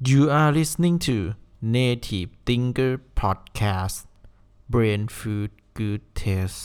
You are listening to Native Thinker Podcast Brain Food Good Taste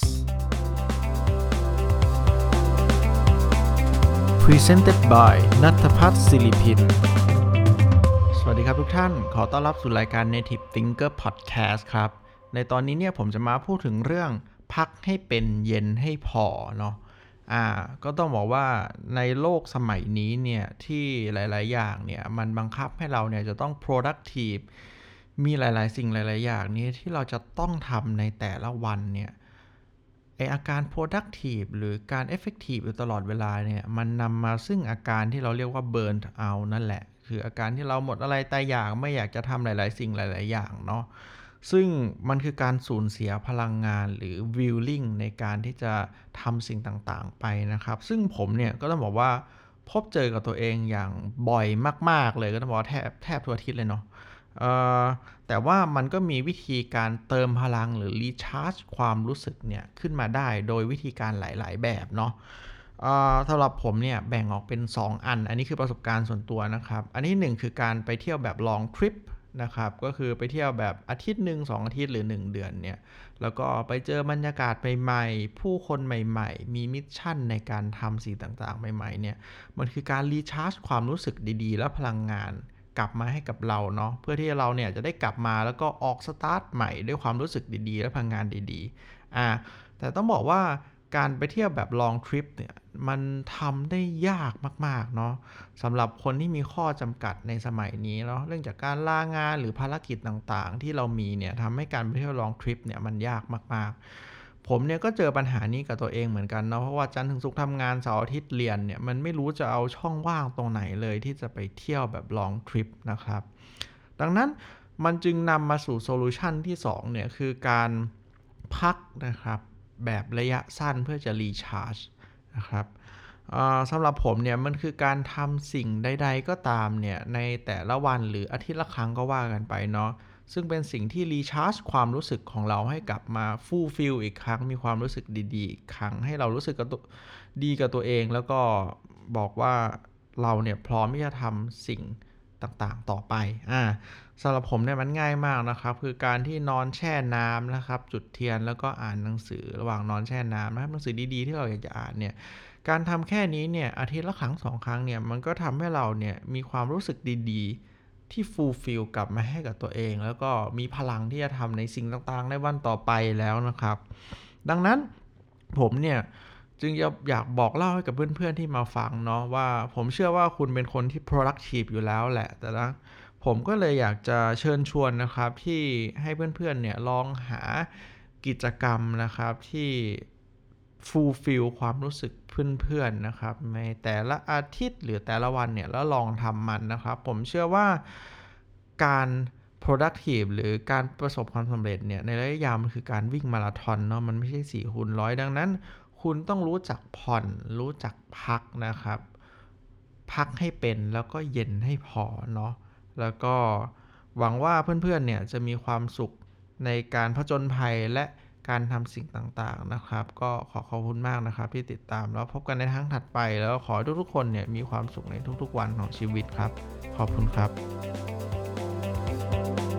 Presented by ณัฐพัฒน์ ศิริพินสวัสดีครับทุกท่านขอต้อนรับสู่รายการ Native Thinker Podcast ครับในตอนนี้เนี่ยผมจะมาพูดถึงเรื่องพักให้เป็นเย็นให้พอเนาะก็ต้องบอกว่าในโลกสมัยนี้เนี่ยที่หลายๆอย่างเนี่ยมันบังคับให้เราเนี่ยจะต้อง productive มีหลายๆสิ่งหลายๆอย่างนี้ที่เราจะต้องทำในแต่ละวันเนี่ยอาการ productive หรือการ effective อยู่ตลอดเวลาเนี่ยมันนำมาซึ่งอาการที่เราเรียกว่า burn out นั่นแหละคืออาการที่เราหมดอะไรแต่อยากไม่อยากจะทำหลายๆสิ่งหลายๆอย่างเนาะซึ่งมันคือการสูญเสียพลังงานหรือ willing ในการที่จะทำสิ่งต่างๆไปนะครับซึ่งผมเนี่ยก็ต้องบอกว่าพบเจอกับตัวเองอย่างบ่อยมากๆเลยก็ต้องบอกว่าแทบทุกอาทิตย์เลยเนาะแต่ว่ามันก็มีวิธีการเติมพลังหรือ recharge ความรู้สึกเนี่ยขึ้นมาได้โดยวิธีการหลายๆแบบเนาะสำหรับผมเนี่ยแบ่งออกเป็น2อันนี้คือประสบการณ์ส่วนตัวนะครับอันที่1คือการไปเที่ยวแบบ long trip นะครับก็คือไปเที่ยวแบบอาทิตย์นึง2อาทิตย์หรือ1เดือนเนี่ยแล้วก็ไปเจอบรรยากาศใหม่ๆผู้คนใหม่ๆมีมิชชั่นในการทำสิ่งต่างๆใหม่ๆเนี่ยมันคือการ recharge ความรู้สึกดีๆและพลังงานกลับมาให้กับเราเนาะเพื่อที่เราเนี่ยจะได้กลับมาแล้วก็ออกสตาร์ทใหม่ด้วยความรู้สึกดีๆและพลังงานดีๆแต่ต้องบอกว่าการไปเที่ยวแบบ long trip เนี่ยมันทำได้ยากมากๆเนาะสำหรับคนที่มีข้อจำกัดในสมัยนี้เนาะเรื่องจากการลางานหรือภารกิจต่างๆที่เรามีเนี่ยทำให้การไปเที่ยว long trip เนี่ยมันยากมากๆผมเนี่ยก็เจอปัญหานี้กับตัวเองเหมือนกันเนาะเพราะว่าจันทร์ถึงศุกร์ทำงานเสาร์อาทิตย์เรียนเนี่ยมันไม่รู้จะเอาช่องว่างตรงไหนเลยที่จะไปเที่ยวแบบ long trip นะครับดังนั้นมันจึงนำมาสู่โซลูชันที่2เนี่ยคือการพักนะครับแบบระยะสั้นเพื่อจะรีชาร์จนะครับสำหรับผมเนี่ยมันคือการทำสิ่งใดๆก็ตามเนี่ยในแต่ละวันหรืออาทิตย์ละครั้งก็ว่ากันไปเนาะซึ่งเป็นสิ่งที่รีชาร์จความรู้สึกของเราให้กลับมาฟูลฟิลอีกครั้งมีความรู้สึกดีๆอีกครั้งให้เรารู้สึกดีกับตัวเองแล้วก็บอกว่าเราเนี่ยพร้อมที่จะทำสิ่งต่างๆต่อไปสำหรับผมเนี่ยมันง่ายมากนะครับคือการที่นอนแช่น้ำนะครับจุดเทียนแล้วก็อ่านหนังสือระหว่างนอนแช่น้ำนะครับหนังสือดีๆที่เราอยากจะอ่านเนี่ยการทำแค่นี้เนี่ยอาทิตย์ละครั้ง2ครั้งเนี่ยมันก็ทำให้เราเนี่ยมีความรู้สึกดีๆที่ฟูลฟิลกลับมาให้กับตัวเองแล้วก็มีพลังที่จะทำในสิ่งต่างๆในวันต่อไปแล้วนะครับดังนั้นผมเนี่ยจึงอยากบอกเล่าให้กับเพื่อนๆที่มาฟังเนาะว่าผมเชื่อว่าคุณเป็นคนที่ productive อยู่แล้วแหละแต่ละผมก็เลยอยากจะเชิญชวนนะครับที่ให้เพื่อนๆเนี่ยลองหากิจกรรมนะครับที่ฟูลฟิลความรู้สึกเพื่อนๆนะครับในแต่ละอาทิตย์หรือแต่ละวันเนี่ยแล้วลองทำมันนะครับผมเชื่อว่าการ productive หรือการประสบความสำเร็จเนี่ยในระยะยาวมันคือการวิ่งมาราธอนเนาะมันไม่ใช่4x100ดังนั้นคุณต้องรู้จักผ่อนรู้จักพักนะครับพักให้เป็นแล้วก็เย็นให้พอเนาะแล้วก็หวังว่าเพื่อนๆเนี่ยจะมีความสุขในการผจญภัยและการทำสิ่งต่างๆนะครับก็ขอบคุณมากนะครับที่ติดตามแล้วพบกันในครั้งถัดไปแล้วขอให้ทุกๆคนเนี่ยมีความสุขในทุกๆวันของชีวิตครับขอบคุณครับ